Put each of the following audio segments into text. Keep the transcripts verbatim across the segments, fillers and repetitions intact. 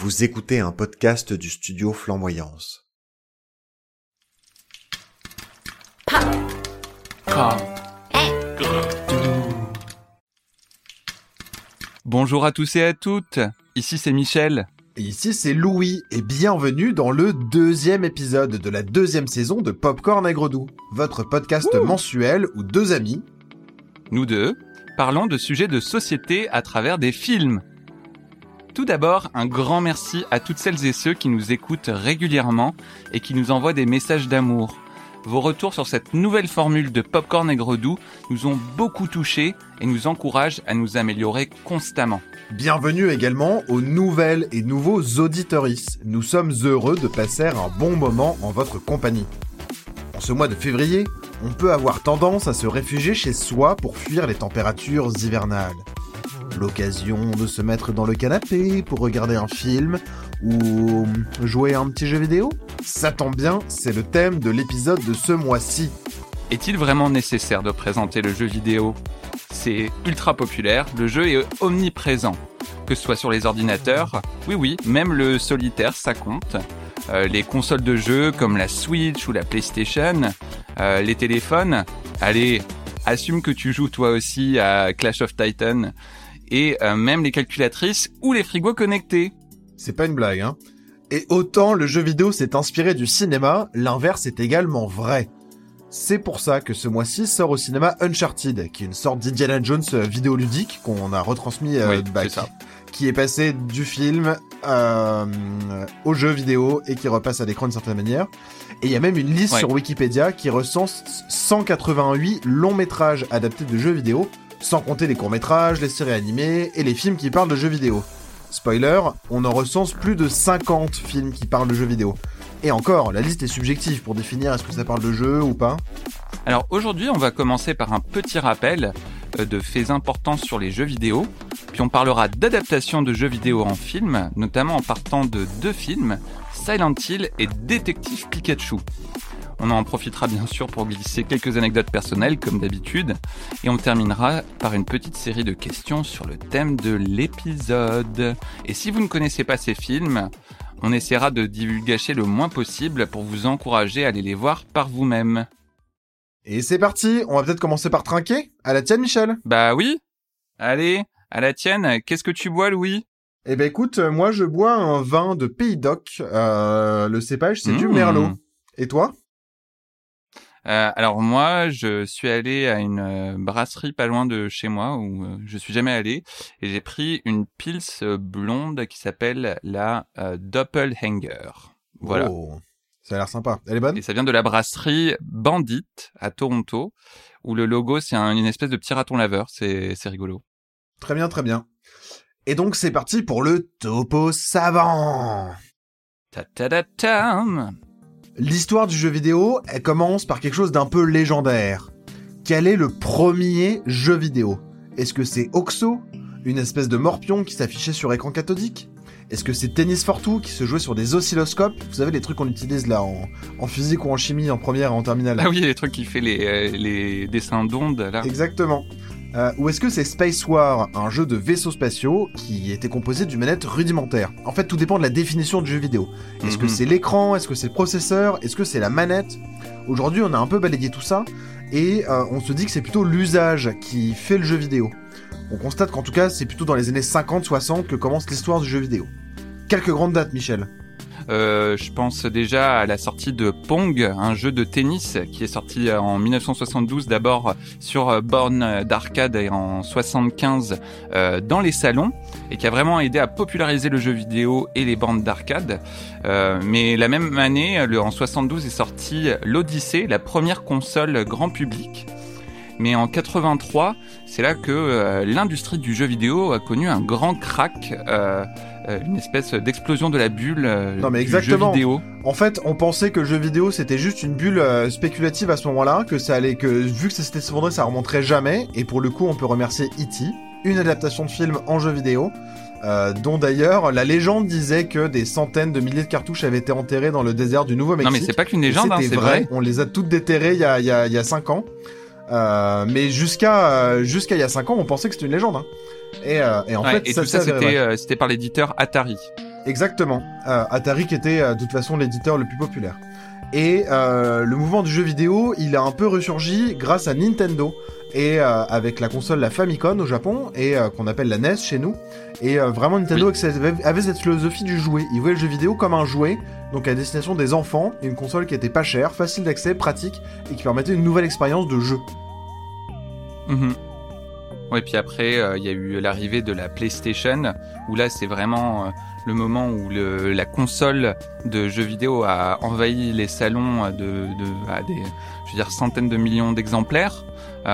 Vous écoutez un podcast du studio Flamboyance. Bonjour à tous et à toutes, ici c'est Michel. Et ici c'est Louis, et bienvenue dans le deuxième épisode de la deuxième saison de Popcorn Aigre-Doux, votre podcast Ouh. mensuel où deux amis, nous deux, parlons de sujets de société à travers des films. Tout d'abord, un grand merci à toutes celles et ceux qui nous écoutent régulièrement et qui nous envoient des messages d'amour. Vos retours sur cette nouvelle formule de Popcorn Aigre-Doux nous ont beaucoup touchés et nous encouragent à nous améliorer constamment. Bienvenue également aux nouvelles et nouveaux auditeuristes. Nous sommes heureux de passer un bon moment en votre compagnie. En ce mois de février, on peut avoir tendance à se réfugier chez soi pour fuir les températures hivernales. L'occasion de se mettre dans le canapé pour regarder un film ou jouer à un petit jeu vidéo ? Ça tombe bien, c'est le thème de l'épisode de ce mois-ci. Est-il vraiment nécessaire de présenter le jeu vidéo ? C'est ultra populaire, le jeu est omniprésent. Que ce soit sur les ordinateurs, oui oui, même le solitaire ça compte. Euh, les consoles de jeux comme la Switch ou la PlayStation, euh, les téléphones, allez, assume que tu joues toi aussi à Clash of Titans. Et euh, même les calculatrices ou les frigos connectés. C'est pas une blague, hein. Et autant le jeu vidéo s'est inspiré du cinéma, l'inverse est également vrai. C'est pour ça que ce mois-ci sort au cinéma Uncharted, qui est une sorte d'Indiana Jones vidéoludique qu'on a retransmis, euh, oui, bah, c'est ça. Qui, qui est passé du film euh, au jeu vidéo et qui repasse à l'écran d'une certaine manière. Et il y a même une liste ouais. sur Wikipédia qui recense cent quatre-vingt-huit longs métrages adaptés de jeux vidéo, sans compter les courts-métrages, les séries animées et les films qui parlent de jeux vidéo. Spoiler, on en recense plus de cinquante films qui parlent de jeux vidéo. Et encore, la liste est subjective pour définir est-ce que ça parle de jeu ou pas. Alors aujourd'hui, on va commencer par un petit rappel de faits importants sur les jeux vidéo, puis on parlera d'adaptation de jeux vidéo en film, notamment en partant de deux films, Silent Hill et Détective Pikachu. On en profitera bien sûr pour glisser quelques anecdotes personnelles comme d'habitude et on terminera par une petite série de questions sur le thème de l'épisode. Et si vous ne connaissez pas ces films, on essaiera de divulgacher le moins possible pour vous encourager à aller les voir par vous-même. Et c'est parti, on va peut-être commencer par trinquer. À la tienne, Michel ? Bah oui. Allez, à la tienne, qu'est-ce que tu bois, Louis ? Eh ben écoute, moi je bois un vin de Pays d'Oc. Euh, le cépage, c'est mmh. du Merlot. Et toi ? Euh, alors moi, je suis allé à une euh, brasserie pas loin de chez moi où euh, je suis jamais allé et j'ai pris une pils euh, blonde qui s'appelle la euh, Doppelhanger. Voilà. Oh, ça a l'air sympa. Elle est bonne ? Et ça vient de la brasserie Bandit à Toronto où le logo c'est un, une espèce de petit raton laveur. C'est c'est rigolo. Très bien, très bien. Et donc c'est parti pour le topo savant. Ta ta ta tam. L'histoire du jeu vidéo, elle commence par quelque chose d'un peu légendaire. Quel est le premier jeu vidéo ? Est-ce que c'est Oxo, une espèce de morpion qui s'affichait sur écran cathodique ? Est-ce que c'est Tennis for Two qui se jouait sur des oscilloscopes ? Vous savez, les trucs qu'on utilise là en, en physique ou en chimie, en première et en terminale. Ah oui, les trucs qui fait les, euh, les dessins d'ondes là. Exactement. Euh, ou est-ce que c'est Space War, un jeu de vaisseaux spatiaux qui était composé d'une manette rudimentaire ? En fait, tout dépend de la définition du jeu vidéo. Est-ce mm-hmm. que c'est l'écran ? Est-ce que c'est le processeur ? Est-ce que c'est la manette ? Aujourd'hui, on a un peu balayé tout ça, et euh, on se dit que c'est plutôt l'usage qui fait le jeu vidéo. On constate qu'en tout cas, c'est plutôt dans les années cinquante soixante que commence l'histoire du jeu vidéo. Quelques grandes dates, Michel. Euh, je pense déjà à la sortie de Pong, un jeu de tennis qui est sorti en dix-neuf cent soixante-douze d'abord sur borne d'arcade et en soixante-quinze euh, dans les salons et qui a vraiment aidé à populariser le jeu vidéo et les bornes d'arcade. Euh, mais la même année, le, en soixante-douze est sorti l'Odyssée, la première console grand public. Mais en quatre-vingt-trois, c'est là que euh, l'industrie du jeu vidéo a connu un grand crack, euh, euh, une espèce d'explosion de la bulle euh, non, mais du exactement. jeu vidéo. En fait, on pensait que le jeu vidéo c'était juste une bulle euh, spéculative à ce moment-là, que ça allait, que vu que ça s'était effondré, ça remonterait jamais. Et pour le coup, on peut remercier E T, une adaptation de film en jeu vidéo. Euh, dont d'ailleurs la légende disait que des centaines de milliers de cartouches avaient été enterrées dans le désert du Nouveau-Mexique. Non mais c'est pas qu'une légende, hein, c'est vrai. vrai. On les a toutes déterrées il y a il y a il y a cinq ans. Euh, mais jusqu'à euh, jusqu'à il y a cinq ans, on pensait que c'était une légende. Hein. Et, euh, et en ouais, fait, et ça, tout ça, ça c'était euh, c'était par l'éditeur Atari. Exactement. Euh, Atari qui était euh, de toute façon l'éditeur le plus populaire. Et euh, le mouvement du jeu vidéo, il a un peu ressurgi grâce à Nintendo et euh, avec la console la Famicom au Japon et euh, qu'on appelle la N E S chez nous. Et euh, vraiment Nintendo Oui. avait, avait cette philosophie du jouet. Ils voyaient le jeu vidéo comme un jouet, donc à destination des enfants, et une console qui était pas chère, facile d'accès, pratique et qui permettait une nouvelle expérience de jeu. Mhm. Ouais, puis après, il euh, y a eu l'arrivée de la PlayStation, où là, c'est vraiment euh, le moment où le, la console de jeux vidéo a envahi les salons de, de à des, je veux dire, centaines de millions d'exemplaires,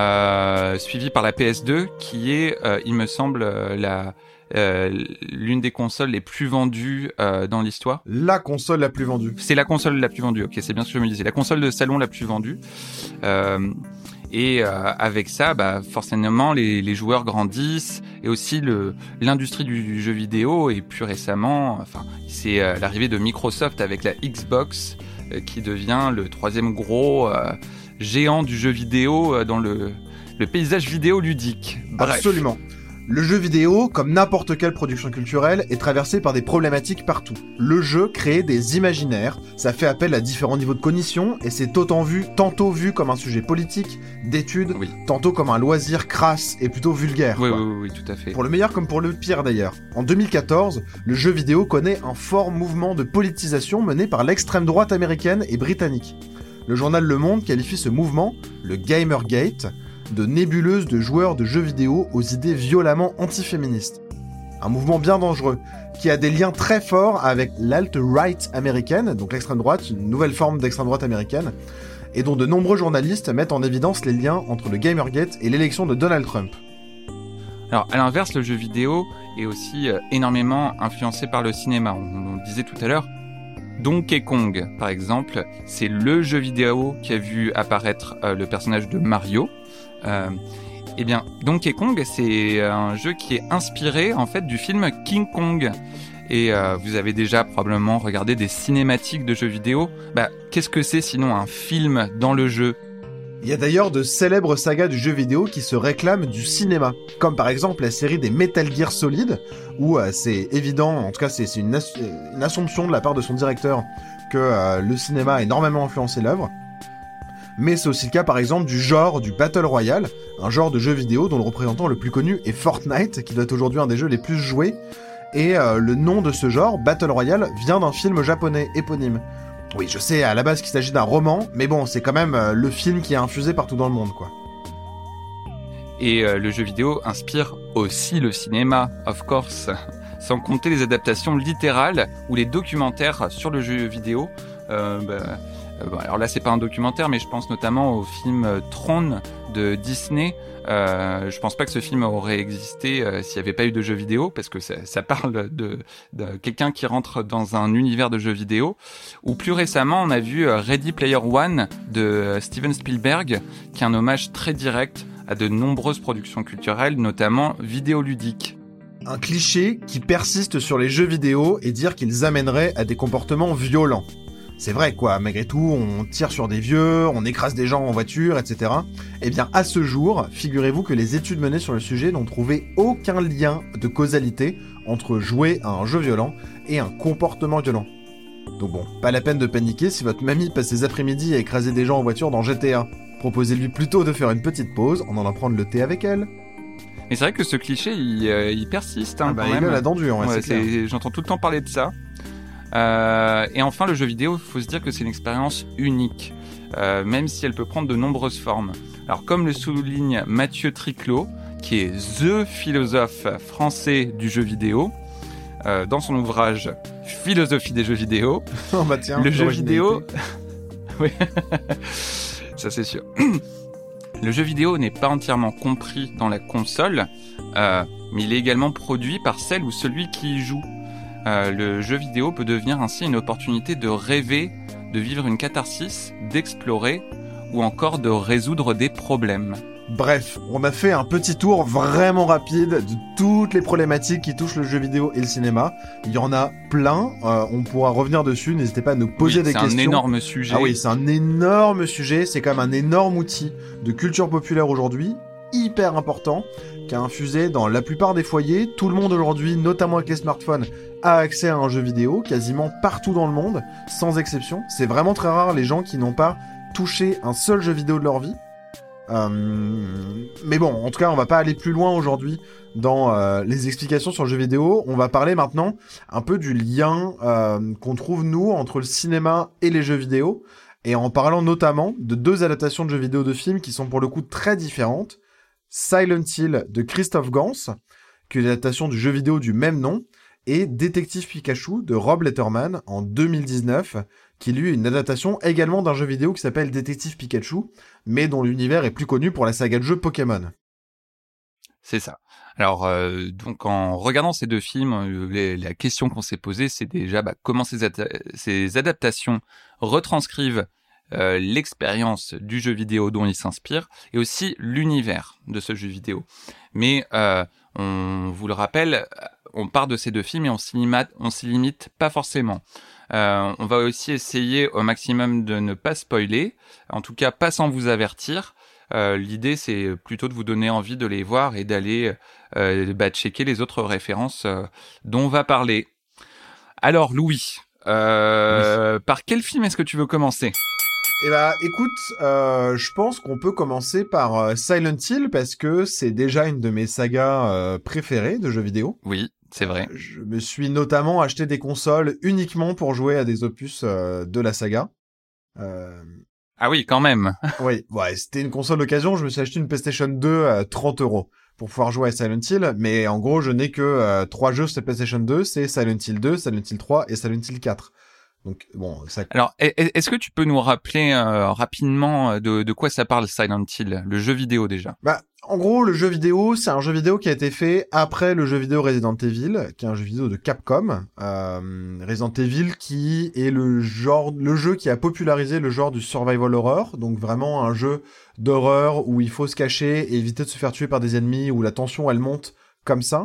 euh, suivi par la P S deux, qui est, euh, il me semble, euh, la euh, l'une des consoles les plus vendues euh, dans l'histoire. La console la plus vendue. C'est la console la plus vendue. Ok, c'est bien ce que je me disais. La console de salon la plus vendue. Euh, Et euh, avec ça, bah, forcément, les, les joueurs grandissent et aussi le, l'industrie du jeu vidéo. Et plus récemment, enfin, c'est euh, l'arrivée de Microsoft avec la Xbox euh, qui devient le troisième gros euh, géant du jeu vidéo euh, dans le, le paysage vidéo ludique. Bref. Absolument. Le jeu vidéo, comme n'importe quelle production culturelle, est traversé par des problématiques partout. Le jeu crée des imaginaires, ça fait appel à différents niveaux de cognition, et c'est autant vu, tantôt vu comme un sujet politique, d'études, Oui. tantôt comme un loisir crasse et plutôt vulgaire. Oui, quoi. oui, oui, oui, tout à fait. Pour le meilleur comme pour le pire d'ailleurs. En deux mille quatorze, le jeu vidéo connaît un fort mouvement de politisation mené par l'extrême droite américaine et britannique. Le journal Le Monde qualifie ce mouvement, le Gamergate, de nébuleuse de joueurs de jeux vidéo aux idées violemment antiféministes. Un mouvement bien dangereux, qui a des liens très forts avec l'alt-right américaine, donc l'extrême droite, une nouvelle forme d'extrême droite américaine, et dont de nombreux journalistes mettent en évidence les liens entre le Gamergate et l'élection de Donald Trump. Alors, à l'inverse, le jeu vidéo est aussi euh, énormément influencé par le cinéma. On, on le disait tout à l'heure. Donkey Kong, par exemple, c'est le jeu vidéo qui a vu apparaître euh, le personnage de Mario. Euh, eh bien, Donkey Kong, c'est un jeu qui est inspiré en fait du film King Kong. Et euh, vous avez déjà probablement regardé des cinématiques de jeux vidéo. Bah, qu'est-ce que c'est sinon un film dans le jeu ? Il y a d'ailleurs de célèbres sagas du jeu vidéo qui se réclament du cinéma, comme par exemple la série des Metal Gear Solid, où euh, c'est évident, en tout cas c'est, c'est une, ass- une assumption de la part de son directeur que euh, le cinéma a énormément influencé l'œuvre. Mais c'est aussi le cas par exemple du genre du Battle Royale, un genre de jeu vidéo dont le représentant le plus connu est Fortnite, qui doit être aujourd'hui un des jeux les plus joués, et euh, le nom de ce genre, Battle Royale, vient d'un film japonais éponyme. Oui, je sais à la base qu'il s'agit d'un roman, mais bon, c'est quand même euh, le film qui est infusé partout dans le monde, quoi. Et euh, le jeu vidéo inspire aussi le cinéma, of course, sans compter les adaptations littérales ou les documentaires sur le jeu vidéo. Euh, bah, euh, bon, alors là, c'est pas un documentaire, mais je pense notamment au film euh, Tron de Disney. Euh, je pense pas que ce film aurait existé euh, s'il n'y avait pas eu de jeux vidéo, parce que ça, ça parle de, de quelqu'un qui rentre dans un univers de jeux vidéo. Ou plus récemment, on a vu euh, Ready Player One de euh, Steven Spielberg, qui est un hommage très direct à de nombreuses productions culturelles, notamment vidéoludiques. Un cliché qui persiste sur les jeux vidéo et dire qu'ils amèneraient à des comportements violents. C'est vrai quoi, malgré tout, on tire sur des vieux, on écrase des gens en voiture, et cetera. Eh bien, à ce jour, figurez-vous que les études menées sur le sujet n'ont trouvé aucun lien de causalité entre jouer à un jeu violent et un comportement violent. Donc bon, pas la peine de paniquer si votre mamie passe ses après-midi à écraser des gens en voiture dans G T A. Proposez-lui plutôt de faire une petite pause en allant prendre le thé avec elle. Mais c'est vrai que ce cliché, il, euh, il persiste hein, Ah bah, quand il même. a la dent dure, ouais, Ouais, c'est clair. c'est, j'entends tout le temps parler de ça. Euh, et enfin, le jeu vidéo, il faut se dire que c'est une expérience unique, euh, même si elle peut prendre de nombreuses formes. Alors, comme le souligne Mathieu Triclot, qui est the philosophe français du jeu vidéo, euh, dans son ouvrage Philosophie des jeux vidéo, Oh bah tiens, le jeu l'originalité. vidéo... oui, ça c'est sûr. Le jeu vidéo n'est pas entièrement compris dans la console, euh, mais il est également produit par celle ou celui qui y joue. Euh, le jeu vidéo peut devenir ainsi une opportunité de rêver, de vivre une catharsis, d'explorer ou encore de résoudre des problèmes. Bref, on a fait un petit tour vraiment rapide de toutes les problématiques qui touchent le jeu vidéo et le cinéma. Il y en a plein, euh, on pourra revenir dessus, n'hésitez pas à nous poser Oui, des c'est questions. un énorme sujet. Ah oui, c'est un énorme sujet, c'est quand même un énorme outil de culture populaire aujourd'hui. hyper important qui a infusé dans la plupart des foyers. Tout le monde aujourd'hui, notamment avec les smartphones, a accès à un jeu vidéo, quasiment partout dans le monde, sans exception. C'est vraiment très rare les gens qui n'ont pas touché un seul jeu vidéo de leur vie. Euh, mais bon, en tout cas, on va pas aller plus loin aujourd'hui dans euh, les explications sur le jeu vidéo. On va parler maintenant un peu du lien euh, qu'on trouve, nous, entre le cinéma et les jeux vidéo, et en parlant notamment de deux adaptations de jeux vidéo de films qui sont pour le coup très différentes. Silent Hill de Christophe Gans, qui est l'adaptation du jeu vidéo du même nom, et Détective Pikachu de Rob Letterman en deux mille dix-neuf, qui lui est une adaptation également d'un jeu vidéo qui s'appelle Détective Pikachu, mais dont l'univers est plus connu pour la saga de jeux Pokémon. C'est ça. Alors, euh, donc en regardant ces deux films, euh, les, la question qu'on s'est posée, c'est déjà bah, comment ces, ad- ces adaptations retranscrivent euh, l'expérience du jeu vidéo dont ils s'inspirent, et aussi l'univers de ce jeu vidéo. Mais euh, on vous le rappelle, on part de ces deux films et on s'y limite, on s'y limite pas forcément. Euh, on va aussi essayer au maximum de ne pas spoiler, en tout cas pas sans vous avertir. Euh, l'idée, c'est plutôt de vous donner envie de les voir et d'aller euh, bah, checker les autres références euh, dont on va parler. Alors, Louis, euh, oui. Par quel film est-ce que tu veux commencer ? Eh bah, écoute, euh, je pense qu'on peut commencer par euh, Silent Hill, parce que c'est déjà une de mes sagas euh, préférées de jeux vidéo. Oui, c'est vrai. Euh, je me suis notamment acheté des consoles uniquement pour jouer à des opus euh, de la saga. Euh... Ah oui, quand même. Oui, ouais, c'était une console d'occasion. Je me suis acheté une PlayStation deux à trente euros pour pouvoir jouer à Silent Hill. Mais en gros, je n'ai que euh, trois jeux sur cette PlayStation deux. C'est Silent Hill deux, Silent Hill trois et Silent Hill quatre. Donc, bon, ça... Alors, est-ce que tu peux nous rappeler euh, rapidement de, de quoi ça parle Silent Hill, le jeu vidéo déjà ? Bah, en gros, le jeu vidéo, c'est un jeu vidéo qui a été fait après le jeu vidéo Resident Evil, qui est un jeu vidéo de Capcom. Euh, Resident Evil qui est le genre, le jeu qui a popularisé le genre du survival horror, donc vraiment un jeu d'horreur où il faut se cacher et éviter de se faire tuer par des ennemis, où la tension elle monte comme ça.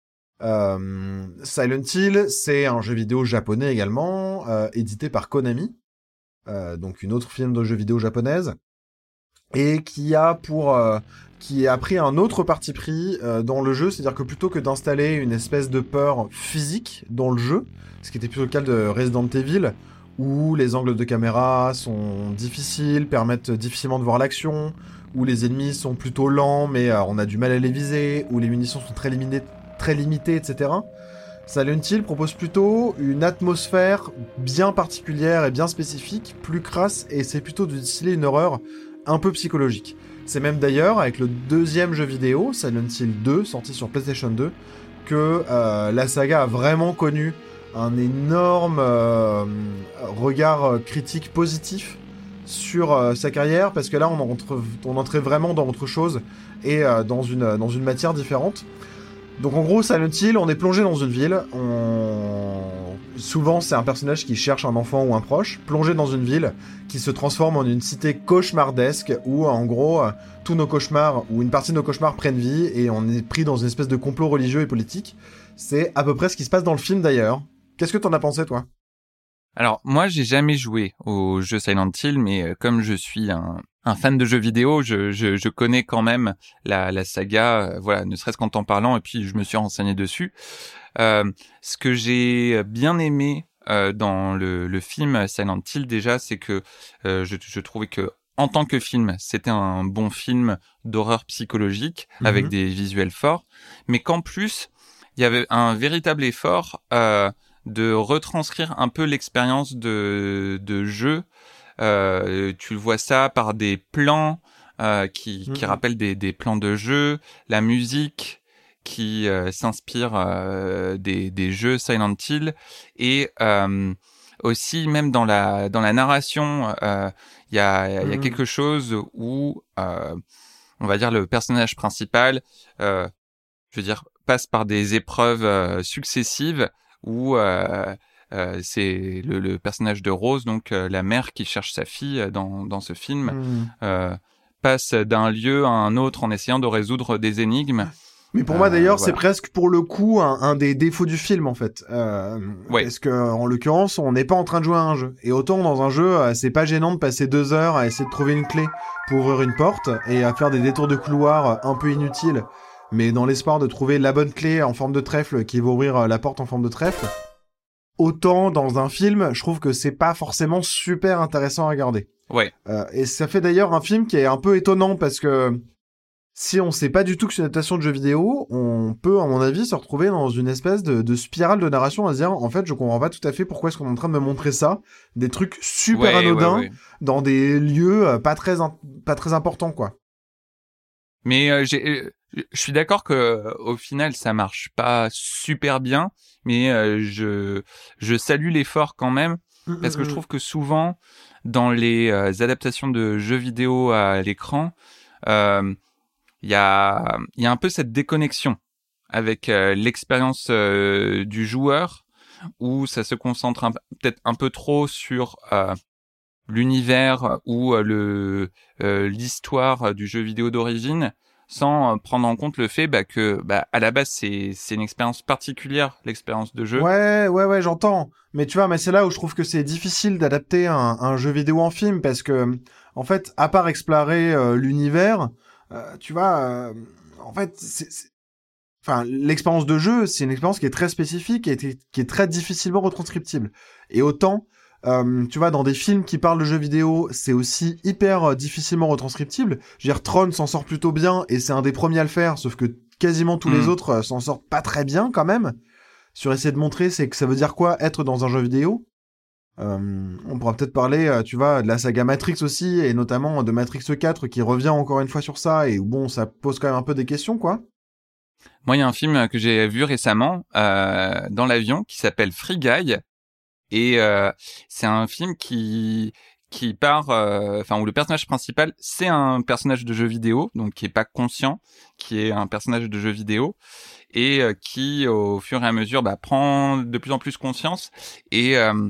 Euh, Silent Hill, c'est un jeu vidéo japonais également, euh, édité par Konami, euh, donc une autre firme de jeux vidéo japonaise, et qui a pour euh, qui a pris un autre parti pris euh, dans le jeu, c'est-à-dire que plutôt que d'installer une espèce de peur physique dans le jeu, ce qui était plutôt le cas de Resident Evil, où les angles de caméra sont difficiles, permettent difficilement de voir l'action, où les ennemis sont plutôt lents, mais euh, on a du mal à les viser, où les munitions sont très limitées, très limitées, et cetera. Silent Hill propose plutôt une atmosphère bien particulière et bien spécifique, plus crasse, et c'est plutôt de distiller une horreur un peu psychologique. C'est même d'ailleurs avec le deuxième jeu vidéo, Silent Hill deux, sorti sur PlayStation deux, que euh, la saga a vraiment connu un énorme euh, regard critique positif sur euh, sa carrière, parce que là on, entre, on entrait vraiment dans autre chose et euh, dans, une, dans une matière différente. Donc en gros, Silent Hill, on est plongé dans une ville, on... souvent c'est un personnage qui cherche un enfant ou un proche, plongé dans une ville qui se transforme en une cité cauchemardesque où en gros tous nos cauchemars ou une partie de nos cauchemars prennent vie et on est pris dans une espèce de complot religieux et politique. C'est à peu près ce qui se passe dans le film d'ailleurs. Qu'est-ce que t'en as pensé toi ? Alors moi j'ai jamais joué au jeu Silent Hill, mais euh, comme je suis un, un fan de jeux vidéo, je, je, je connais quand même la, la saga, euh, voilà, ne serait-ce qu'en t'en parlant, et puis je me suis renseigné dessus. Euh, ce que j'ai bien aimé euh, dans le, le film Silent Hill déjà, c'est que euh, je, je trouvais que en tant que film, c'était un bon film d'horreur psychologique mm-hmm. avec des visuels forts, mais qu'en plus il y avait un véritable effort euh, de retranscrire un peu l'expérience de, de jeu. Euh, tu le vois ça par des plans euh, qui, mmh. qui rappellent des, des plans de jeu, la musique qui euh, s'inspire euh, des, des jeux Silent Hill, et euh, aussi même dans la, dans la narration, il euh, y, a, mmh. y a quelque chose où, euh, on va dire, le personnage principal, euh, je veux dire, passe par des épreuves euh, successives, où euh, euh, c'est le, le personnage de Rose, donc euh, la mère qui cherche sa fille dans, dans ce film, mmh. euh, passe d'un lieu à un autre en essayant de résoudre des énigmes. Mais pour moi Euh, d'ailleurs, voilà. c'est presque pour le coup un, un des défauts du film en fait. Euh, Ouais. Parce que en l'occurrence, on n'est pas en train de jouer à un jeu. Et autant dans un jeu, euh, c'est pas gênant de passer deux heures à essayer de trouver une clé pour ouvrir une porte et à faire des détours de couloir euh, un peu inutiles, mais dans l'espoir de trouver la bonne clé en forme de trèfle qui va ouvrir euh, la porte en forme de trèfle. Autant dans un film, je trouve que c'est pas forcément super intéressant à regarder. Ouais. Euh, et ça fait d'ailleurs un film qui est un peu étonnant parce que si on sait pas du tout que c'est une adaptation de jeu vidéo, on peut, à mon avis, se retrouver dans une espèce de, de spirale de narration à se dire, en fait, je comprends pas tout à fait pourquoi est-ce qu'on est en train de me montrer ça, des trucs super Ouais, anodins, ouais, ouais. dans des lieux euh, pas très, in- pas très importants, quoi. Mais euh, j'ai, euh, je suis d'accord que euh, au final ça marche pas super bien, mais euh, je je salue l'effort quand même parce que je trouve que souvent dans les euh, adaptations de jeux vidéo à l'écran, euh, il y a il y a un peu cette déconnexion avec euh, l'expérience euh, du joueur où ça se concentre un- peut-être un peu trop sur euh, l'univers ou euh, le euh, l'histoire du jeu vidéo d'origine sans euh, prendre en compte le fait bah, que bah, à la base c'est c'est une expérience particulière, l'expérience de jeu. Ouais, ouais, ouais, j'entends. Mais tu vois, mais c'est là où je trouve que c'est difficile d'adapter un, un jeu vidéo en film parce que, en fait, à part explorer euh, l'univers, euh, tu vois, euh, en fait, c'est, c'est- enfin, l'expérience de jeu, c'est une expérience qui est très spécifique et qui qui est très difficilement retranscriptible. Et autant, euh, tu vois, dans des films qui parlent de jeux vidéo, c'est aussi hyper euh, difficilement retranscriptible. Je veux dire, Tron s'en sort plutôt bien et c'est un des premiers à le faire, sauf que quasiment tous les Mm. autres euh, s'en sortent pas très bien quand même. Sur essayer de montrer, c'est que ça veut dire quoi être dans un jeu vidéo. Euh, on pourra peut-être parler, euh, tu vois, de la saga Matrix aussi, et notamment de Matrix quatre qui revient encore une fois sur ça, et où bon, ça pose quand même un peu des questions, quoi. Moi il y a un film que j'ai vu récemment euh, dans l'avion qui s'appelle Free Guy et euh, c'est un film qui qui part euh, enfin où le personnage principal c'est un personnage de jeu vidéo donc qui est pas conscient, qui est un personnage de jeu vidéo et euh, qui au fur et à mesure bah, prend de plus en plus conscience et euh,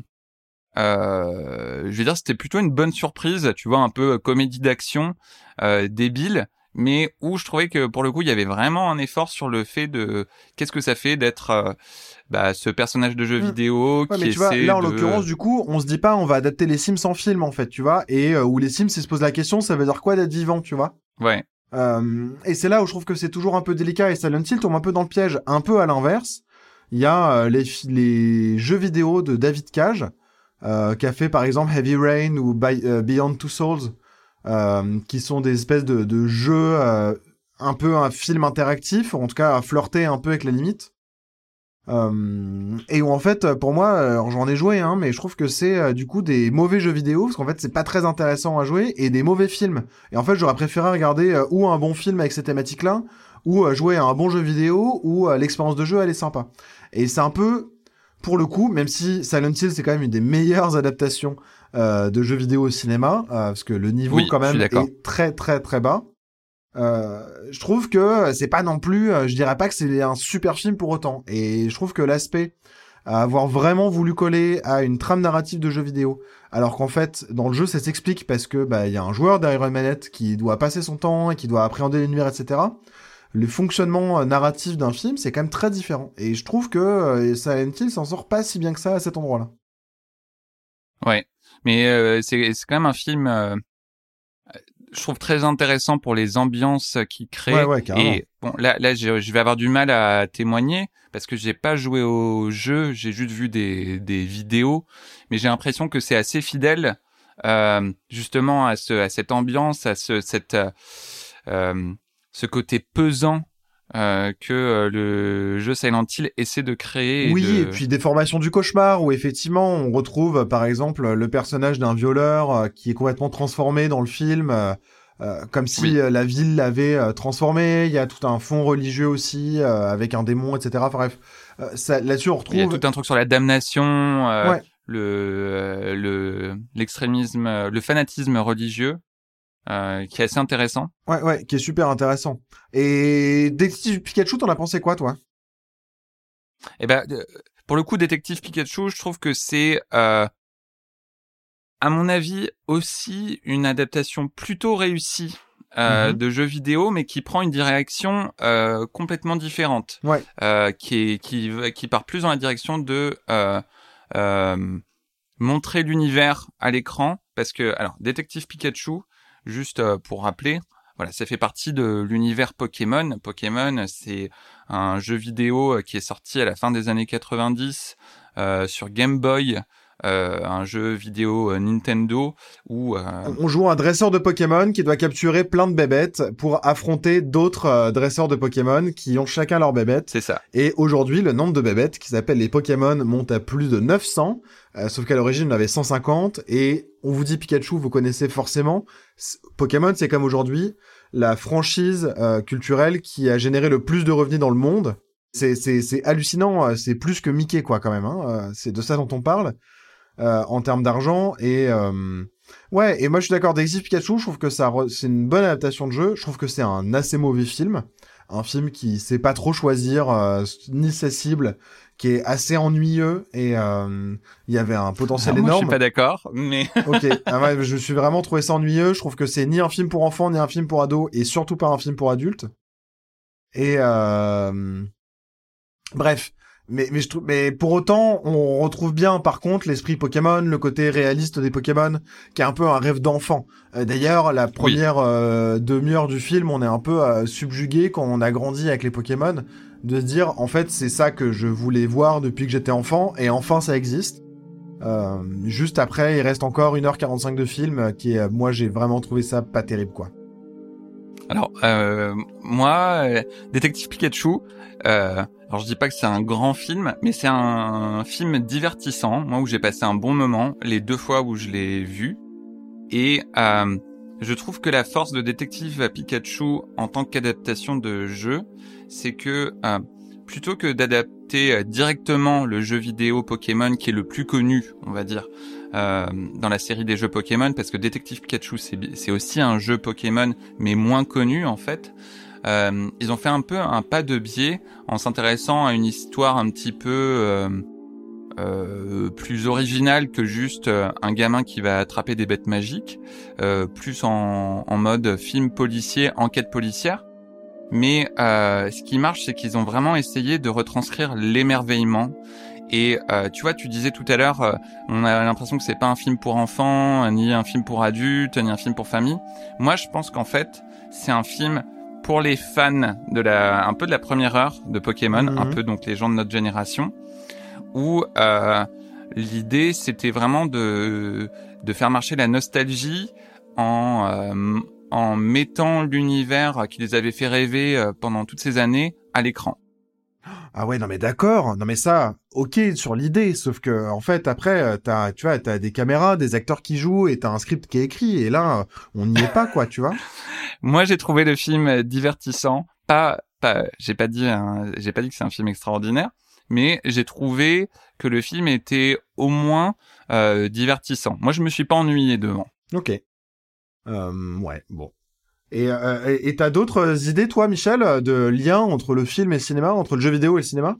euh, je veux dire c'était plutôt une bonne surprise, tu vois, un peu comédie d'action euh, débile, mais où je trouvais que pour le coup il y avait vraiment un effort sur le fait de qu'est-ce que ça fait d'être euh, bah, ce personnage de jeu Mm. vidéo Ouais, qui mais tu vois, essaie là en de l'occurrence, du coup, on se dit pas on va adapter les Sims en film, en fait, tu vois, et euh, où les Sims, ils se posent la question, ça veut dire quoi d'être vivant, tu vois. ouais. Euh, et c'est là où je trouve que c'est toujours un peu délicat, et Silent Hill tombe un peu dans le piège, un peu à l'inverse. Il y a euh, les, fi- les jeux vidéo de David Cage, euh, qui a fait par exemple Heavy Rain ou By- euh, Beyond Two Souls, euh, qui sont des espèces de, de jeux euh, un peu un film interactif, ou en tout cas à flirter un peu avec la limite. Euh, et où en fait, pour moi, alors j'en ai joué, hein, mais je trouve que c'est euh, du coup des mauvais jeux vidéo, parce qu'en fait c'est pas très intéressant à jouer, et des mauvais films. Et en fait, j'aurais préféré regarder euh, ou un bon film avec ces thématiques-là, ou euh, jouer à un bon jeu vidéo, où euh, l'expérience de jeu elle est sympa. Et c'est un peu, pour le coup, même si Silent Hill c'est quand même une des meilleures adaptations euh, de jeux vidéo au cinéma, euh, parce que le niveau Oui, quand je suis même d'accord. est très très très bas. Euh, je trouve que c'est pas non plus, euh, je dirais pas que c'est un super film pour autant. Et je trouve que l'aspect à avoir vraiment voulu coller à une trame narrative de jeu vidéo, alors qu'en fait dans le jeu ça s'explique parce que bah il y a un joueur derrière une manette qui doit passer son temps et qui doit appréhender l'univers, et cetera. Le fonctionnement euh, narratif d'un film c'est quand même très différent. Et je trouve que euh, Silent Hill s'en sort pas si bien que ça à cet endroit-là. Ouais. Mais euh, c'est c'est quand même un film euh, je trouve très intéressant pour les ambiances qu'il Ouais crée. ouais carrément. Et bon, là, là, je, je vais avoir du mal à témoigner parce que j'ai pas joué au jeu, j'ai juste vu des, des vidéos, mais j'ai l'impression que c'est assez fidèle, euh, justement à ce, à cette ambiance, à ce, cette, euh, euh, ce côté pesant euh, que euh, le jeu Silent Hill essaie de créer. Oui, et, et de... puis des formations du cauchemar, où effectivement on retrouve par exemple le personnage d'un violeur euh, qui est complètement transformé dans le film, euh, euh, comme si Oui. euh, la ville l'avait euh, transformé. Il y a tout un fond religieux aussi, euh, avec un démon, et cetera. Enfin, bref, euh, ça, là-dessus on Il y a retrouve... tout un truc sur la damnation, euh, Ouais, le, euh, le, l'extrémisme, euh, le fanatisme religieux. Euh, qui est assez intéressant. ouais, ouais, qui est super intéressant. Et Détective Pikachu, t'en as pensé quoi, toi? Et ben, euh, pour le coup, Détective Pikachu, je trouve que c'est, euh, à mon avis, aussi une adaptation plutôt réussie euh, Mhm. de jeux vidéo, mais qui prend une direction euh, complètement différente, Ouais. euh, qui est qui va- qui part plus dans la direction de euh, euh, montrer l'univers à l'écran, parce que alors Détective Pikachu, juste euh, pour rappeler, voilà, ça fait partie de l'univers Pokémon. Pokémon, c'est un jeu vidéo qui est sorti à la fin des années quatre-vingt-dix euh, sur Game Boy. Euh, un jeu vidéo euh, Nintendo où euh, On joue un dresseur de Pokémon qui doit capturer plein de bébêtes pour affronter d'autres euh, dresseurs de Pokémon qui ont chacun leur bébête. c'est ça. Et aujourd'hui, le nombre de bébêtes qui s'appellent les Pokémon monte à plus de neuf cents, euh, sauf qu'à l'origine, on avait cent cinquante, et on vous dit Pikachu, vous connaissez forcément. C- Pokémon, c'est comme aujourd'hui la franchise euh, culturelle qui a généré le plus de revenus dans le monde. C'est, c'est, c'est hallucinant, euh, c'est plus que Mickey, quoi, quand même. Hein. Euh, c'est de ça dont on parle. Euh, en termes d'argent et euh... ouais, et moi je suis d'accord, Détective Pikachu, je trouve que ça re... c'est une bonne adaptation de jeu. Je trouve que c'est un assez mauvais film, un film qui sait pas trop choisir euh, ni sa cible, qui est assez ennuyeux, et euh, il y avait un potentiel Alors, moi, je énorme. suis pas d'accord, mais Ok, ah ouais, je suis vraiment trouvé ça ennuyeux. Je trouve que c'est ni un film pour enfants ni un film pour ados, et surtout pas un film pour adultes. Et euh... bref. Mais, mais, je trouve, mais pour autant, on retrouve bien, par contre, l'esprit Pokémon, le côté réaliste des Pokémon, qui est un peu un rêve d'enfant. Euh, d'ailleurs, la première euh, demi-heure du film, on est un peu euh, subjugué quand on a grandi avec les Pokémon, de se dire, en fait, c'est ça que je voulais voir depuis que j'étais enfant, et enfin, ça existe. Euh, juste après, il reste encore une heure quarante-cinq de film, euh, qui est, moi, j'ai vraiment trouvé ça pas terrible, quoi. alors euh, moi, euh, Détective Pikachu. Euh, alors je dis pas que c'est un grand film, mais c'est un film divertissant. Moi, où j'ai passé un bon moment les deux fois où je l'ai vu, et euh, je trouve que la force de Détective Pikachu en tant qu'adaptation de jeu, c'est que euh, plutôt que d'adapter euh, directement le jeu vidéo Pokémon qui est le plus connu, on va dire, euh, dans la série des jeux Pokémon, parce que Détective Pikachu c'est, c'est aussi un jeu Pokémon mais moins connu en fait. Euh, ils ont fait un peu un pas de biais en s'intéressant à une histoire un petit peu euh, euh, plus originale que juste euh, un gamin qui va attraper des bêtes magiques, euh, plus en, en mode film policier, enquête policière. Mais euh, ce qui marche, c'est qu'ils ont vraiment essayé de retranscrire l'émerveillement. Et euh, tu vois, tu disais tout à l'heure, euh, on a l'impression que c'est pas un film pour enfants, ni un film pour adultes, ni un film pour famille. Moi, je pense qu'en fait, c'est un film pour les fans de la, un peu de la première heure de Pokémon, Mmh. un peu donc les gens de notre génération, où euh, l'idée c'était vraiment de de faire marcher la nostalgie en euh, en mettant l'univers qui les avait fait rêver euh, pendant toutes ces années à l'écran. Ah ouais, non mais d'accord, non mais ça, ok sur l'idée, sauf que en fait après, euh, t'as, tu vois, t'as des caméras, des acteurs qui jouent, et t'as un script qui est écrit, et là, euh, on n'y est pas, quoi, tu vois. Moi, j'ai trouvé le film divertissant. Pas, pas, j'ai pas dit, un, j'ai pas dit que c'est un film extraordinaire, mais j'ai trouvé que le film était au moins euh, divertissant. Moi, je me suis pas ennuyé devant. Ok. Euh, ouais, bon. Et euh, et et t'as d'autres idées, toi, Michel, de liens entre le film et le cinéma, entre le jeu vidéo et le cinéma?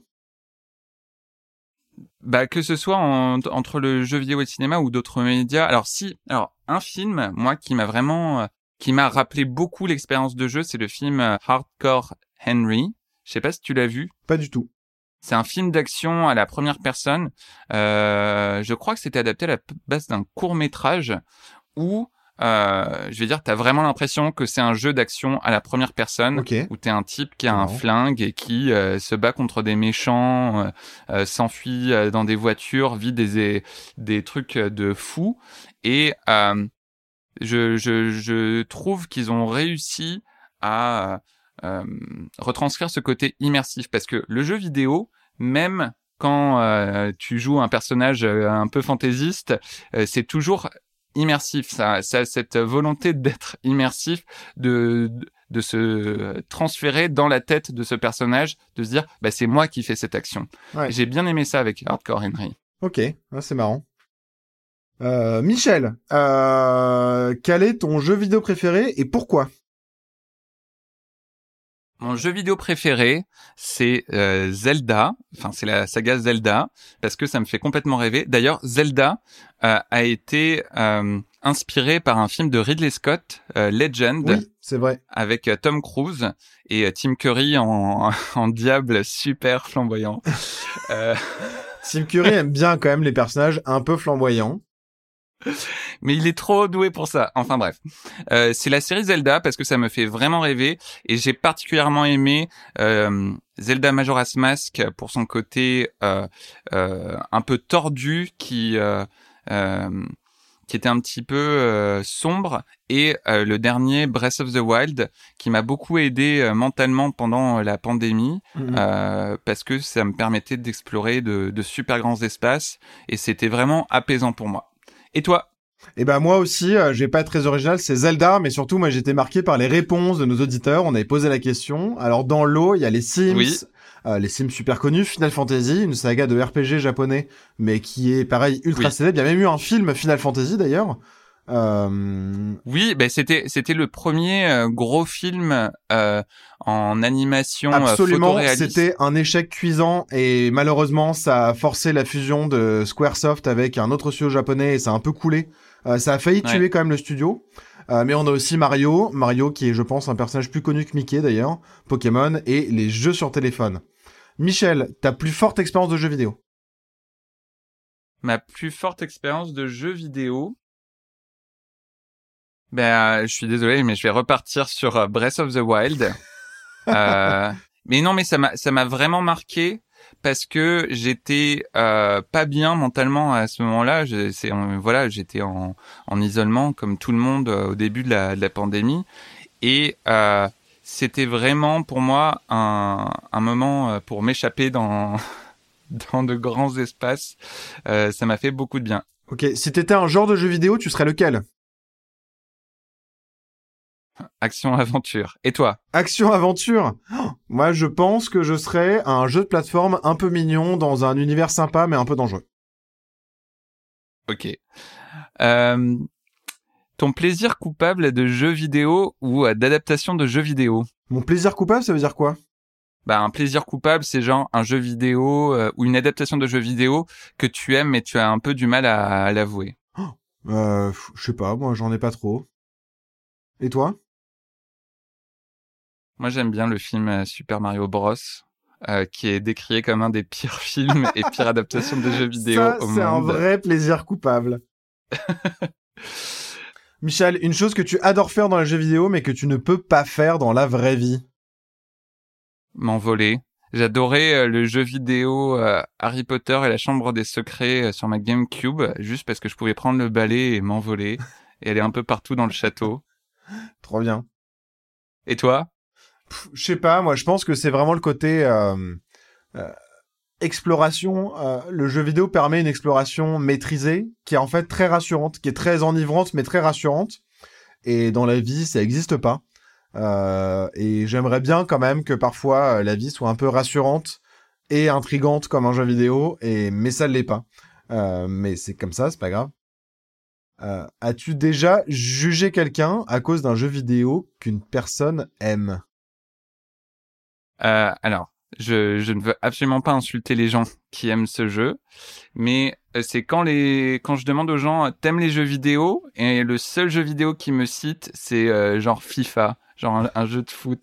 Bah, que ce soit en- entre le jeu vidéo et le cinéma ou d'autres médias. Alors si, alors un film, moi, qui m'a vraiment, euh, qui m'a rappelé beaucoup l'expérience de jeu, c'est le film euh, Hardcore Henry. Je sais pas si tu l'as vu. Pas du tout. C'est un film d'action à la première personne. Euh, je crois que c'était adapté à la base d'un court-métrage où, euh, je vais dire, t'as vraiment l'impression que c'est un jeu d'action à la première personne, Ok. où t'es un type qui a C'est un marrant. flingue et qui euh, se bat contre des méchants, euh, euh, s'enfuit euh, dans des voitures, vit des des trucs de fou. Et euh, je je je trouve qu'ils ont réussi à euh, retranscrire ce côté immersif, parce que le jeu vidéo, même quand euh, tu joues un personnage euh, un peu fantaisiste, euh, c'est toujours immersif. Ça, ça a cette volonté d'être immersif, de, de de se transférer dans la tête de ce personnage, de se dire bah c'est moi qui fais cette action. Ouais. J'ai bien aimé ça avec Hardcore Henry. Ok, ah, c'est marrant. Euh, Michel, euh, quel est ton jeu vidéo préféré et pourquoi? Mon jeu vidéo préféré, c'est euh, Zelda. Enfin, c'est la saga Zelda, parce que ça me fait complètement rêver. D'ailleurs, Zelda euh, a été euh, inspiré par un film de Ridley Scott, euh, Legend. Oui, c'est vrai. Avec euh, Tom Cruise et euh, Tim Curry en, en diable super flamboyant. euh... Tim Curry aime bien quand même les personnages un peu flamboyants. Mais il est trop doué pour ça. Enfin bref, euh, c'est la série Zelda parce que ça me fait vraiment rêver et j'ai particulièrement aimé euh, Zelda Majora's Mask pour son côté euh, euh, un peu tordu qui euh, euh, qui était un petit peu euh, sombre et euh, le dernier Breath of the Wild qui m'a beaucoup aidé euh, mentalement pendant la pandémie mmh. euh, parce que ça me permettait d'explorer de, de super grands espaces et c'était vraiment apaisant pour moi. Et toi? Eh ben moi aussi, euh, j'ai pas très original, c'est Zelda, mais surtout moi j'étais marqué par les réponses de nos auditeurs. On avait posé la question. Alors dans l'eau, il y a les Sims, oui. euh, les Sims super connus, Final Fantasy, une saga de R P G japonais, mais qui est pareil ultra oui. célèbre. Il y a même eu un film Final Fantasy d'ailleurs. Euh... Oui, ben c'était c'était le premier euh, gros film euh, en animation Absolument, photoréaliste. C'était un échec cuisant et malheureusement ça a forcé la fusion de Squaresoft avec un autre studio japonais et ça a un peu coulé. Euh, ça a failli tuer ouais. quand même le studio. Euh, mais on a aussi Mario, Mario qui est je pense un personnage plus connu que Mickey d'ailleurs, Pokémon et les jeux sur téléphone. Michel, ta plus forte expérience de jeu vidéo? Ma plus forte expérience de jeu vidéo. Ben, euh, je suis désolé, mais je vais repartir sur euh, Breath of the Wild. euh, mais non, mais ça m'a, ça m'a vraiment marqué parce que j'étais euh, pas bien mentalement à ce moment-là. Je, c'est, on, voilà, j'étais en, en isolement comme tout le monde euh, au début de la, de la pandémie, et euh, c'était vraiment pour moi un, un moment pour m'échapper dans dans de grands espaces. Euh, ça m'a fait beaucoup de bien. Ok, si t'étais un genre de jeu vidéo, tu serais lequel? Action-aventure. Et toi? Action-aventure. Oh, moi, je pense que je serais un jeu de plateforme un peu mignon dans un univers sympa mais un peu dangereux. Ok. Euh, ton plaisir coupable de jeux vidéo ou d'adaptation de jeux vidéo? Mon plaisir coupable, ça veut dire quoi? Bah, un plaisir coupable, c'est genre un jeu vidéo euh, ou une adaptation de jeu vidéo que tu aimes mais tu as un peu du mal à, à l'avouer. Oh, euh, je sais pas, moi, j'en ai pas trop. Et toi? Moi, j'aime bien le film Super Mario Bros, euh, qui est décrié comme un des pires films et pires adaptations de jeux vidéo Ça, au monde. C'est un vrai plaisir coupable. Michel, une chose que tu adores faire dans les jeux vidéo, mais que tu ne peux pas faire dans la vraie vie. M'envoler. J'adorais euh, le jeu vidéo euh, Harry Potter et la Chambre des Secrets euh, sur ma GameCube, juste parce que je pouvais prendre le balai et m'envoler et aller un peu partout dans le château. Trop bien. Et toi? Je sais pas, moi je pense que c'est vraiment le côté euh, euh, exploration. Euh, le jeu vidéo permet une exploration maîtrisée, qui est en fait très rassurante, qui est très enivrante, mais très rassurante. Et dans la vie, ça n'existe pas. Euh, et j'aimerais bien quand même que parfois la vie soit un peu rassurante et intrigante comme un jeu vidéo, et mais ça ne l'est pas. Euh, mais c'est comme ça, c'est pas grave. Euh, as-tu déjà jugé quelqu'un à cause d'un jeu vidéo qu'une personne aime? Euh, alors, je, je ne veux absolument pas insulter les gens qui aiment ce jeu, mais c'est quand les quand je demande aux gens t'aimes les jeux vidéo et le seul jeu vidéo qui me cite c'est euh, genre FIFA, genre un, un jeu de foot.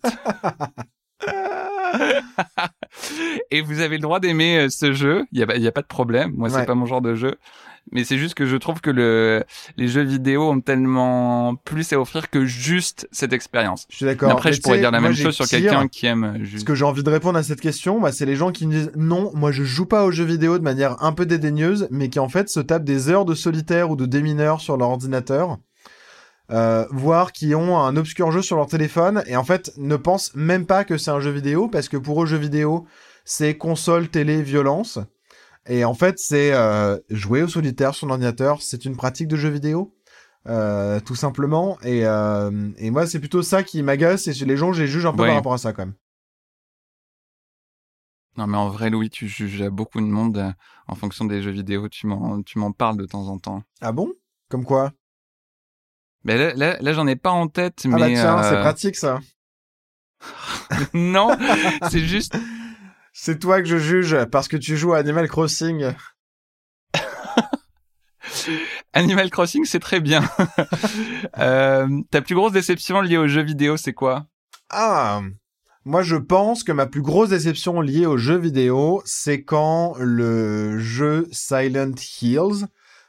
Et vous avez le droit d'aimer euh, ce jeu, il y a, y a pas de problème. Moi, c'est ouais. pas mon genre de jeu. Mais c'est juste que je trouve que le, les jeux vidéo ont tellement plus à offrir que juste cette expérience. Je suis d'accord. Mais après, mais je pourrais dire la moi, même chose sur quelqu'un qui aime juste... Ce que j'ai envie de répondre à cette question, bah, c'est les gens qui me disent non, moi je joue pas aux jeux vidéo de manière un peu dédaigneuse, mais qui en fait se tapent des heures de solitaire ou de démineur sur leur ordinateur, euh, voire qui ont un obscur jeu sur leur téléphone, et en fait ne pensent même pas que c'est un jeu vidéo, parce que pour eux, jeu vidéo, c'est console, télé, violence. Et en fait, c'est euh, jouer au solitaire sur l'ordinateur, c'est une pratique de jeu vidéo, euh, tout simplement. Et, euh, et moi, c'est plutôt ça qui m'agace, et les gens, je les juge un peu ouais. par rapport à ça, quand même. Non, mais en vrai, Louis, tu juges beaucoup de monde euh, en fonction des jeux vidéo. Tu m'en, tu m'en parles de temps en temps. Ah bon? Comme quoi? Ben là, là, là, j'en ai pas en tête, ah mais... Ah bah tiens, euh... c'est pratique, ça. Non, c'est juste... C'est toi que je juge parce que tu joues à Animal Crossing. Animal Crossing, c'est très bien. euh, ta plus grosse déception liée aux jeux vidéo, c'est quoi? Ah, moi je pense que ma plus grosse déception liée aux jeux vidéo, c'est quand le jeu Silent Hills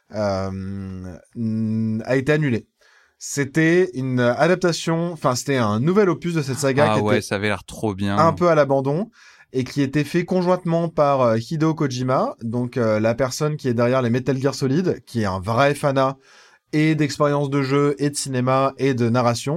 euh, a été annulé. C'était une adaptation, enfin c'était un nouvel opus de cette saga ah qui ouais, était ça avait l'air trop bien. un peu à l'abandon et qui était fait conjointement par euh, Hideo Kojima, donc euh, la personne qui est derrière les Metal Gear Solid, qui est un vrai fanat et d'expérience de jeu et de cinéma et de narration,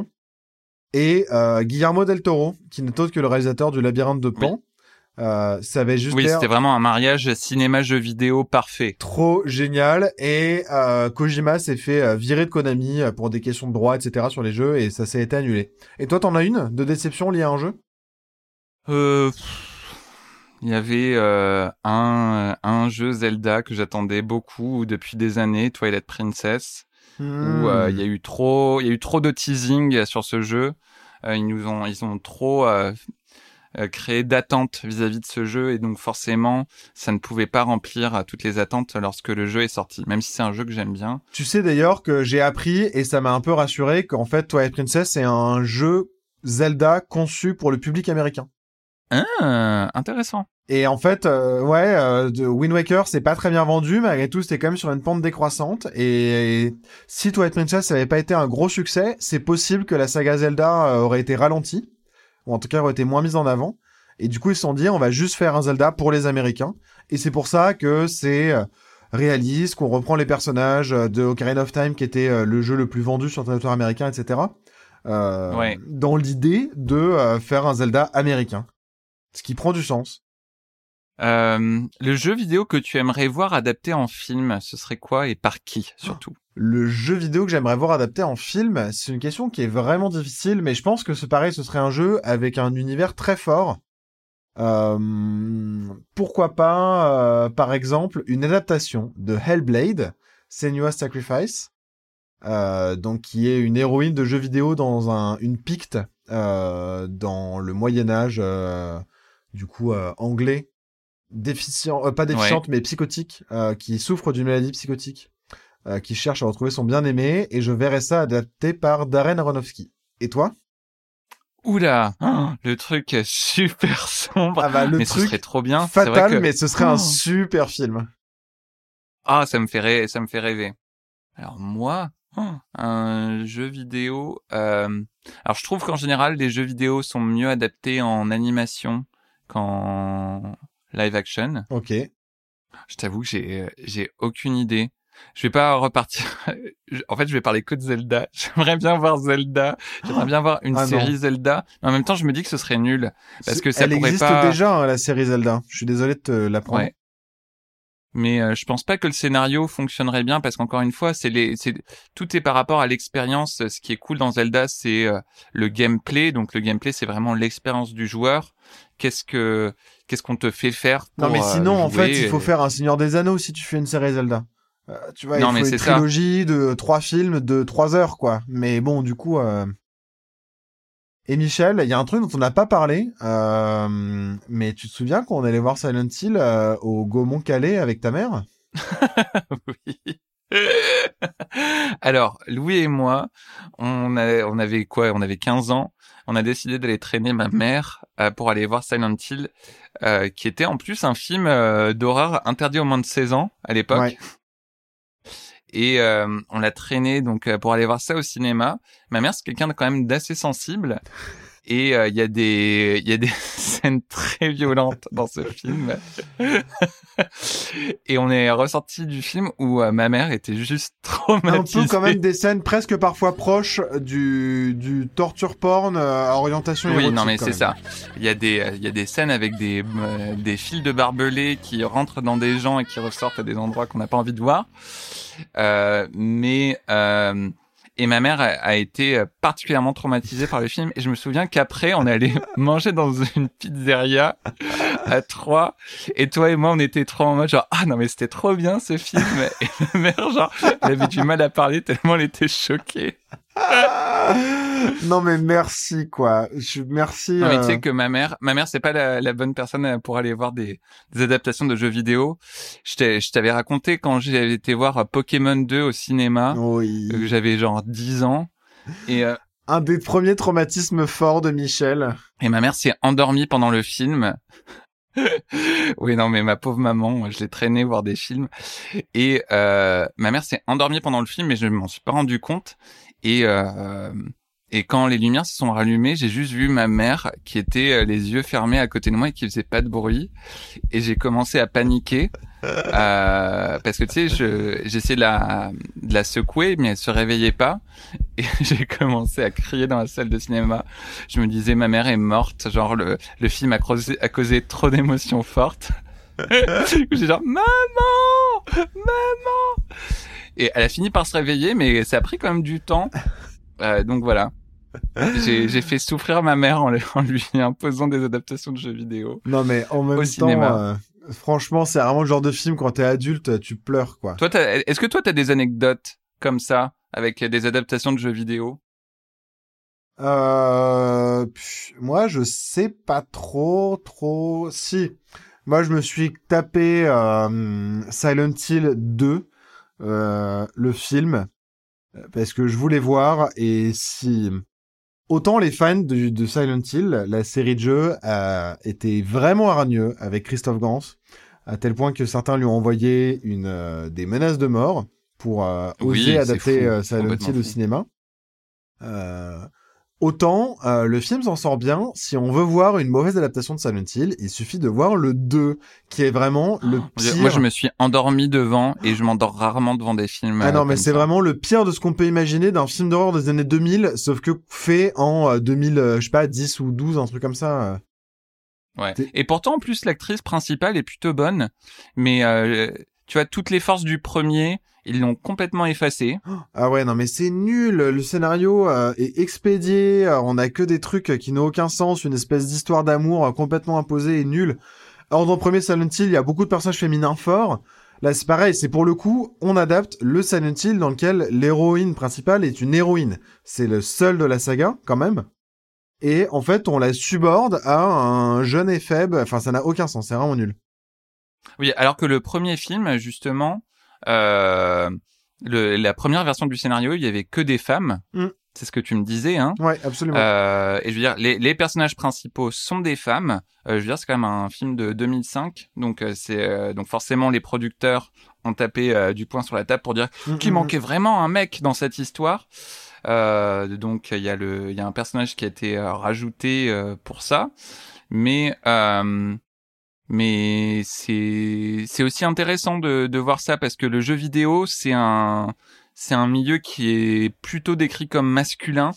et euh, Guillermo del Toro, qui n'est autre que le réalisateur du Labyrinthe de Pan. Oui. Euh, ça avait juste oui, l'air c'était vraiment un mariage cinéma-jeu vidéo parfait. Trop génial. Et euh, Kojima s'est fait euh, virer de Konami pour des questions de droit, et cetera sur les jeux, et ça s'est été annulé. Et toi, t'en as une de déception liée à un jeu? Euh... Il y avait euh, un, un jeu Zelda que j'attendais beaucoup depuis des années, Twilight Princess, mmh. où euh, il y a eu trop, il y a eu trop de teasing sur ce jeu. Euh, ils nous ont, ils ont trop euh, créé d'attentes vis-à-vis de ce jeu et donc forcément, ça ne pouvait pas remplir toutes les attentes lorsque le jeu est sorti, même si c'est un jeu que j'aime bien. Tu sais d'ailleurs que j'ai appris et ça m'a un peu rassuré qu'en fait Twilight Princess c'est un jeu Zelda conçu pour le public américain. Ah, intéressant. Et en fait, euh, ouais, euh, de Wind Waker, c'est pas très bien vendu, malgré tout, c'était quand même sur une pente décroissante. Et, et si Twilight Princess n'avait pas été un gros succès, c'est possible que la saga Zelda euh, aurait été ralentie, ou en tout cas aurait été moins mise en avant. Et du coup, ils se sont dit, on va juste faire un Zelda pour les Américains. Et c'est pour ça que c'est euh, réaliste, qu'on reprend les personnages de Ocarina of Time, qui était euh, le jeu le plus vendu sur le territoire américain, et cetera. Euh, ouais. Dans l'idée de euh, faire un Zelda américain. Ce qui prend du sens. Euh, le jeu vidéo que tu aimerais voir adapté en film, ce serait quoi et par qui surtout? Le jeu vidéo que j'aimerais voir adapté en film, c'est une question qui est vraiment difficile, mais je pense que c'est pareil, ce serait un jeu avec un univers très fort. Euh, pourquoi pas, euh, par exemple, une adaptation de Hellblade, Senua's Sacrifice, euh, donc qui est une héroïne de jeu vidéo dans un une Picte euh, dans le Moyen Âge, euh, du coup euh, anglais. Déficient, euh, pas déficiente, ouais. mais psychotique, euh, qui souffre d'une maladie psychotique, euh, qui cherche à retrouver son bien-aimé, et je verrai ça adapté par Darren Aronofsky. Et toi? Oula, oh, le truc est super sombre, ah bah, le mais truc ce serait trop bien. Fatal, c'est vrai que... mais ce serait oh. un super film. Ah, ça me fait rêver, ça me fait rêver. Alors moi, oh, un jeu vidéo. Euh... Alors je trouve qu'en général, les jeux vidéo sont mieux adaptés en animation qu'en live action. Ok. Je t'avoue que j'ai j'ai aucune idée. Je vais pas repartir. En fait, je vais parler que de Zelda. J'aimerais bien voir Zelda. J'aimerais bien voir une ah série non. Zelda. Mais en même temps, je me dis que ce serait nul parce que ça Elle pourrait existe pas. déjà hein, la série Zelda. Je suis désolé de te l'apprendre. Ouais. Mais euh, je pense pas que le scénario fonctionnerait bien parce qu'encore une fois, c'est les, c'est tout est par rapport à l'expérience. Ce qui est cool dans Zelda, c'est euh, le gameplay. Donc le gameplay, c'est vraiment l'expérience du joueur. Qu'est-ce que qu'est-ce qu'on te fait faire pour, Non mais sinon, euh, en fait, et... il faut faire un Seigneur des Anneaux si tu fais une série Zelda. Euh, tu vois, non, il mais faut c'est une trilogie ça. de trois films de trois heures, quoi. Mais bon, du coup. Euh... Et Michel, il y a un truc dont on n'a pas parlé, euh, mais tu te souviens qu'on allait voir Silent Hill euh, au Gaumont-Calais avec ta mère? Oui. Alors, Louis et moi, on, a, on avait quoi? On avait quinze ans. On a décidé d'aller traîner ma mère euh, pour aller voir Silent Hill, euh, qui était en plus un film euh, d'horreur interdit aux moins de seize ans à l'époque. Ouais. Et euh, on l'a traîné donc pour aller voir ça au cinéma. Ma mère, c'est quelqu'un de quand même d'assez sensible. Et il euh, y a des il y a des scènes très violentes dans ce film. Et on est ressorti du film où euh, ma mère était juste traumatisée. Un peu quand même des scènes presque parfois proches du du torture porn euh, à orientation érotique. Oui, non mais c'est même. ça. Il y a des il y a des scènes avec des euh, des fils de barbelés qui rentrent dans des gens et qui ressortent à des endroits qu'on n'a pas envie de voir. Euh, mais euh, et ma mère a, a été particulièrement traumatisée par le film. Et je me souviens qu'après, on allait manger dans une pizzeria à trois. Et toi et moi, on était trop en mode genre, ah non, mais c'était trop bien ce film. Et ma mère, genre, elle avait du mal à parler tellement elle était choquée. Non mais merci quoi. Je merci. Non, mais euh... tu sais que ma mère, ma mère, c'est pas la, la bonne personne pour aller voir des, des adaptations de jeux vidéo. Je t'ai, je t'avais raconté quand j'ai été voir Pokémon deux au cinéma. Oui. Euh, j'avais genre dix ans. Et, euh, un des premiers traumatismes forts de Michel. Et ma mère s'est endormie pendant le film. Oui, non, mais ma pauvre maman, je l'ai traînée voir des films. Et euh, ma mère s'est endormie pendant le film, mais je m'en suis pas rendu compte. Et euh, et quand les lumières se sont rallumées, j'ai juste vu ma mère qui était euh, les yeux fermés à côté de moi et qui faisait pas de bruit. Et j'ai commencé à paniquer euh, parce que tu sais, je j'essayais de la de la secouer, mais elle se réveillait pas. Et j'ai commencé à crier dans la salle de cinéma. Je me disais, ma mère est morte. Genre le le film a causé a causé trop d'émotions fortes. J'ai genre maman, maman. Et elle a fini par se réveiller, mais ça a pris quand même du temps. Euh, donc voilà. J'ai, j'ai fait souffrir ma mère en, en lui imposant des adaptations de jeux vidéo. Non mais en même au temps, cinéma. Euh, franchement, c'est vraiment le genre de film quand t'es adulte, tu pleures quoi. Toi, t'as, est-ce que toi t'as des anecdotes comme ça avec des adaptations de jeux vidéo? Euh, pff, moi, je sais pas trop, trop. Si, moi, je me suis tapé euh, Silent Hill deux, euh, le film, parce que je voulais voir et si. Autant les fans de, de Silent Hill, la série de jeux, euh, étaient vraiment hargneux avec Christophe Gans, à tel point que certains lui ont envoyé une, euh, des menaces de mort pour euh, Oui, oser c'est adapter fou, euh, Silent complètement Hill au fou. cinéma. Euh, autant euh, le film s'en sort bien. Si on veut voir une mauvaise adaptation de Silent Hill, il suffit de voir le deux, qui est vraiment le pire. Moi, je me suis endormi devant et je m'endors rarement devant des films. Ah non, euh, mais comme c'est ça. vraiment le pire de ce qu'on peut imaginer d'un film d'horreur des années deux mille, sauf que fait en euh, deux mille, euh, je sais pas, dix ou douze, un truc comme ça. euh. Ouais. T'es- Et pourtant, en plus, l'actrice principale est plutôt bonne, mais euh, tu vois, toutes les forces du premier, ils l'ont complètement effacée. Ah ouais, non mais c'est nul, le scénario euh, est expédié, euh, on a que des trucs qui n'ont aucun sens, une espèce d'histoire d'amour euh, complètement imposée et nulle. Alors dans le premier Silent Hill, il y a beaucoup de personnages féminins forts. Là c'est pareil, c'est pour le coup, on adapte le Silent Hill dans lequel l'héroïne principale est une héroïne. C'est le seul de la saga, quand même. Et en fait, on la suborde à un jeune et faible, enfin ça n'a aucun sens, c'est vraiment nul. Oui, alors que le premier film, justement, euh, le, la première version du scénario, il y avait que des femmes. Mm. C'est ce que tu me disais, hein. Ouais, absolument. Euh, et je veux dire, les, les personnages principaux sont des femmes. Euh, je veux dire, c'est quand même un film de deux mille cinq, donc euh, c'est euh, donc forcément les producteurs ont tapé euh, du poing sur la table pour dire Mm, qu'il mm, manquait vraiment un mec dans cette histoire. Euh, donc il y a le, il y a un personnage qui a été euh, rajouté euh, pour ça, mais euh, mais c'est c'est aussi intéressant de de voir ça parce que le jeu vidéo c'est un c'est un milieu qui est plutôt décrit comme masculin.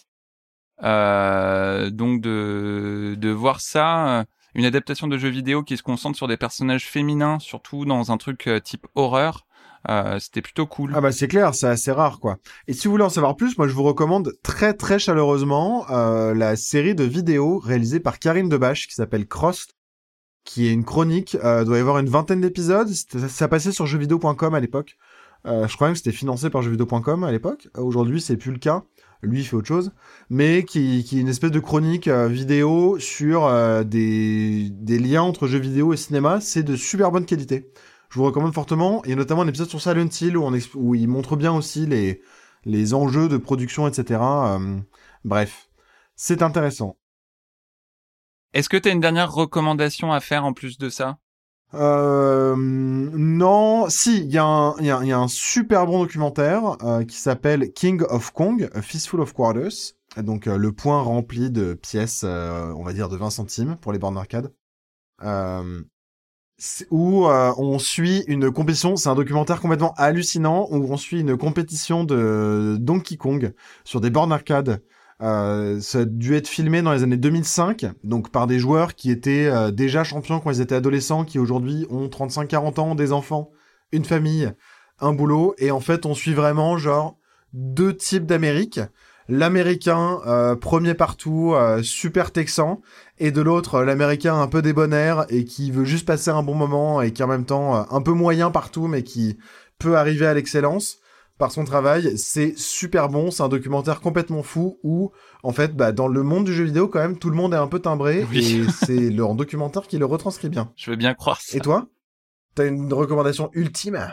Euh, donc de de voir ça, une adaptation de jeu vidéo qui se concentre sur des personnages féminins, surtout dans un truc euh, type horreur, euh, c'était plutôt cool. Ah bah c'est clair, c'est assez rare quoi. Et si vous voulez en savoir plus, moi je vous recommande très très chaleureusement euh, la série de vidéos réalisée par Karine Debache qui s'appelle Crossed, qui est une chronique, euh, doit y avoir une vingtaine d'épisodes, C'était- ça passait sur jeux vidéo point com à l'époque. Euh, je crois même que c'était financé par jeux vidéo point com à l'époque. Euh, Aujourd'hui c'est plus le cas, lui il fait autre chose, mais qui, qui est une espèce de chronique euh, vidéo sur euh, des, des liens entre jeux vidéo et cinéma, c'est de super bonne qualité. Je vous recommande fortement, et notamment un épisode sur Silent Hill où, on exp- où il montre bien aussi les, les enjeux de production, et cetera. Euh, bref, c'est intéressant. Est-ce que t'as une dernière recommandation à faire en plus de ça? Euh, non, si, il y, a un- il y, a un- il y a un super bon documentaire euh, qui s'appelle King of Kong, A Fistful of Quarters. Donc euh, le point rempli de pièces, euh, on va dire de vingt centimes pour les bornes d'arcade. Euh, c'est- où euh, on suit une compétition, c'est un documentaire complètement hallucinant, où on suit une compétition de Donkey Kong sur des bornes arcade. Euh, ça a dû être filmé dans les années deux mille cinq, donc par des joueurs qui étaient euh, déjà champions quand ils étaient adolescents, qui aujourd'hui ont trente-cinq quarante ans, des enfants, une famille, un boulot, et en fait on suit vraiment genre deux types d'Amérique. L'américain euh, premier partout, euh, super texan, et de l'autre euh, l'américain un peu débonnaire et qui veut juste passer un bon moment et qui en même temps euh, un peu moyen partout mais qui peut arriver à l'excellence. par son travail. C'est super bon, c'est un documentaire complètement fou où, en fait, bah, dans le monde du jeu vidéo, quand même, tout le monde est un peu timbré, Oui. et c'est leur documentaire qui le retranscrit bien. Je veux bien croire ça. Et toi? T'as une recommandation ultime?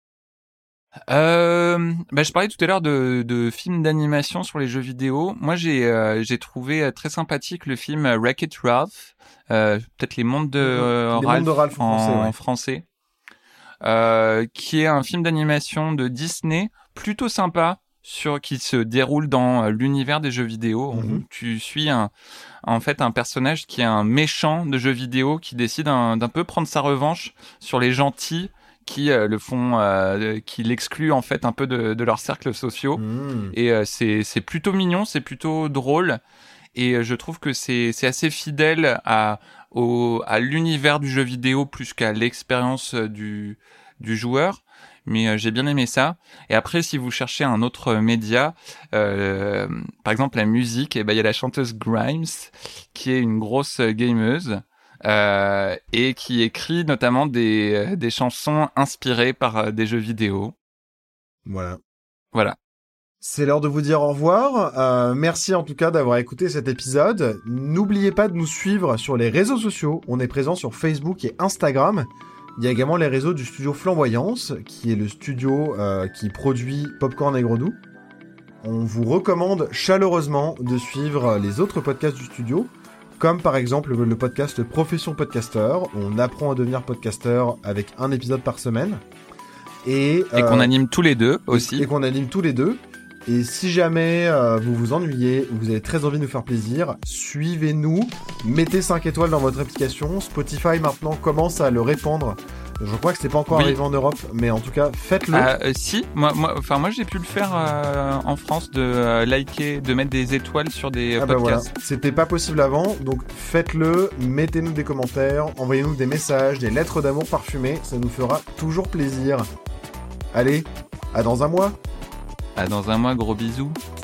Euh, bah, je parlais tout à l'heure de, de films d'animation sur les jeux vidéo. Moi, j'ai euh, j'ai trouvé très sympathique le film Wreck-It Ralph, euh, peut-être les mondes de, euh, Les Ralph, mondes de Ralph en en français, ouais. français, euh, qui est un film d'animation de Disney plutôt sympa, sur qui se déroule dans l'univers des jeux vidéo. Mhm. Où tu suis un en fait un personnage qui est un méchant de jeux vidéo qui décide un, d'un peu prendre sa revanche sur les gentils qui euh, le font, euh, qui l'excluent en fait un peu de, de leurs cercles sociaux. Mmh. Et euh, c'est c'est plutôt mignon, c'est plutôt drôle, et euh, je trouve que c'est c'est assez fidèle à au à l'univers du jeu vidéo plus qu'à l'expérience du du joueur. Mais euh, j'ai bien aimé ça. Et après, si vous cherchez un autre média, euh, par exemple la musique, et ben il y a la chanteuse Grimes qui est une grosse gameuse. Euh, et qui écrit notamment des, des chansons inspirées par euh, des jeux vidéo. Voilà. Voilà. C'est l'heure de vous dire au revoir. Euh, merci en tout cas d'avoir écouté cet épisode. N'oubliez pas de nous suivre sur les réseaux sociaux. On est présent sur Facebook et Instagram. Il y a également les réseaux du studio Flamboyance, qui est le studio euh, qui produit Popcorn et Gredou. On vous recommande chaleureusement de suivre les autres podcasts du studio, comme par exemple le podcast Profession Podcaster. On apprend à devenir podcasteur avec un épisode par semaine. Et, et euh, qu'on anime tous les deux aussi. Et qu'on anime tous les deux. Et si jamais euh, vous vous ennuyez, ou vous avez très envie de nous faire plaisir, suivez-nous, mettez cinq étoiles dans votre application. Spotify maintenant commence à le répandre. Je crois que c'est pas encore Oui. arrivé en Europe, mais en tout cas, faites-le. Ah, euh, si, moi, moi, enfin moi j'ai pu le faire euh, en France, de euh, liker, de mettre des étoiles sur des euh, Ah bah voilà, podcasts. c'était pas possible avant, donc faites-le, mettez-nous des commentaires, envoyez-nous des messages, des lettres d'amour parfumées, ça nous fera toujours plaisir. Allez, à dans un mois. Ah, dans un mois, gros bisous.